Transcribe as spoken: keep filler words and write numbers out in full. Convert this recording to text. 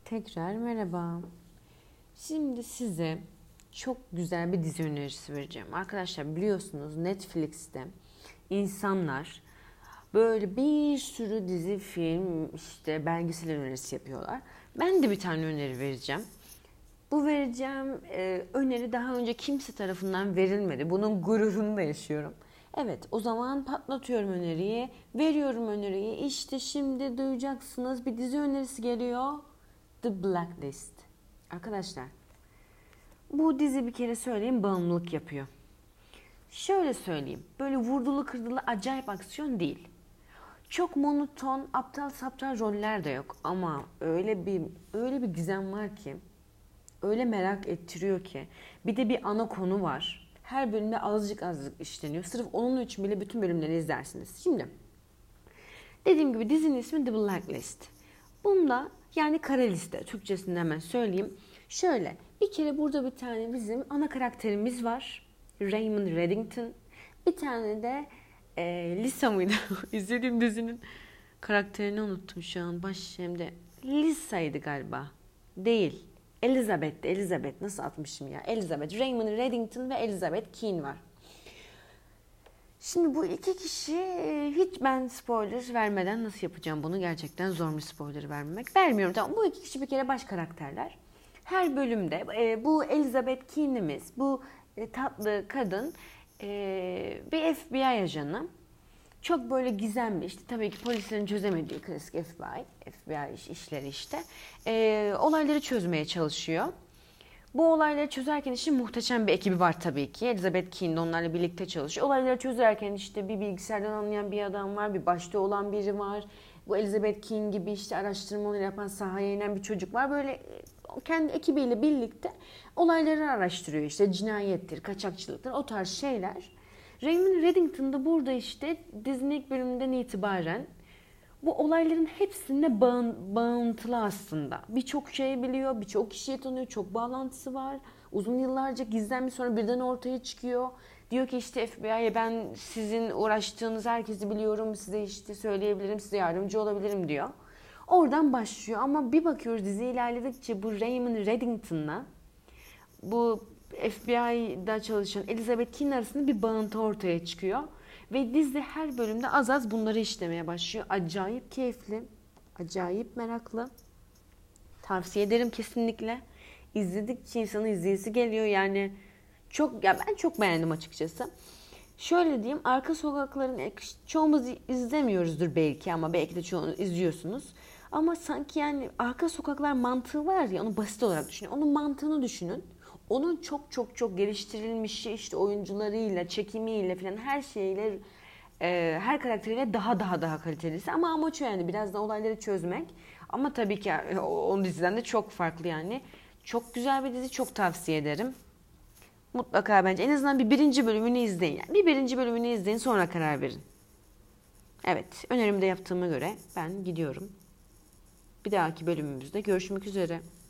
Tekrar merhaba. Şimdi size çok güzel bir dizi önerisi vereceğim. Arkadaşlar biliyorsunuz Netflix'te insanlar böyle bir sürü dizi, film, işte belgesel önerisi yapıyorlar. Ben de bir tane öneri vereceğim. Bu vereceğim e, öneri daha önce kimse tarafından verilmedi. Bunun gururunu da yaşıyorum. Evet, o zaman patlatıyorum öneriyi, veriyorum öneriyi. İşte şimdi duyacaksınız, bir dizi önerisi geliyor. The Blacklist. Arkadaşlar, bu dizi bir kere söyleyeyim bağımlılık yapıyor. Şöyle söyleyeyim, böyle vurdulu kırdılı acayip aksiyon değil. Çok monoton, aptal saptal roller de yok ama öyle bir öyle bir gizem var ki, öyle merak ettiriyor ki. Bir de bir ana konu var. Her bölümde azıcık azıcık işleniyor. Sırf onun için bile bütün bölümleri izlersiniz. Şimdi dediğim gibi dizinin ismi The Blacklist. Bunda yani kara liste, Türkçesini hemen söyleyeyim. Şöyle bir kere burada bir tane bizim ana karakterimiz var. Raymond Reddington. Bir tane de e, Lisa mıydı? İzlediğim dizinin karakterini unuttum şu an. Baş hem de Lisa'ydı galiba. Değil. Elizabeth, Elizabeth nasıl atmışım ya? Elizabeth, Raymond Reddington ve Elizabeth Keane var. Şimdi bu iki kişi hiç ben spoiler vermeden nasıl yapacağım bunu, gerçekten zor bir spoiler vermemek. Vermiyorum tamam. Bu iki kişi bir kere baş karakterler. Her bölümde e, bu Elizabeth Keane'imiz, bu e, tatlı kadın e, bir F B I ajanı. Çok böyle gizemli, işte tabii ki polislerin çözemediği klasik F B I, F B I iş, işleri işte. E, olayları çözmeye çalışıyor. Bu olayları çözerken işte muhteşem bir ekibi var tabii ki. Elizabeth Keane de onlarla birlikte çalışıyor. Olayları çözerken işte bir bilgisayardan anlayan bir adam var, bir başta olan biri var. Bu Elizabeth Keane gibi işte araştırmaları yapan, sahaya inen bir çocuk var. Böyle kendi ekibiyle birlikte olayları araştırıyor. İşte cinayettir, kaçakçılıktır, o tarz şeyler. Raymond Reddington da burada işte dizinin ilk bölümünden itibaren bu olayların hepsine bağın, bağıntılı aslında. Birçok şey biliyor, birçok kişiyi tanıyor, çok bağlantısı var. Uzun yıllarca gizlenmiş, sonra birden ortaya çıkıyor. Diyor ki işte F B I'ye ben sizin uğraştığınız herkesi biliyorum, size işte söyleyebilirim, size yardımcı olabilirim diyor. Oradan başlıyor ama bir bakıyoruz dizi ilerledikçe bu Raymond Reddington'la bu F B I'da çalışan Elizabeth Keane arasında bir bağıntı ortaya çıkıyor. Ve dizi her bölümde az az bunları işlemeye başlıyor. Acayip keyifli, acayip meraklı. Tavsiye ederim kesinlikle. İzledikçe insanın izleyesi geliyor yani. Çok ya ben çok beğendim açıkçası. Şöyle diyeyim, Arka Sokakların çoğumuz izlemiyoruzdur belki ama belki de çoğunu izliyorsunuz. Ama sanki yani Arka Sokaklar mantığı var ya, onu basit olarak düşünün. Onun mantığını düşünün. Onun çok çok çok geliştirilmiş işte oyuncularıyla, çekimiyle falan her şeyle e, her karakteriyle daha daha daha kalitelisi. Ama amaç o yani biraz da olayları çözmek. Ama tabii ki o diziden de çok farklı yani. Çok güzel bir dizi, çok tavsiye ederim. Mutlaka bence en azından bir birinci bölümünü izleyin. Yani bir birinci bölümünü izleyin, sonra karar verin. Evet, önerimde yaptığıma göre ben gidiyorum. Bir dahaki bölümümüzde görüşmek üzere.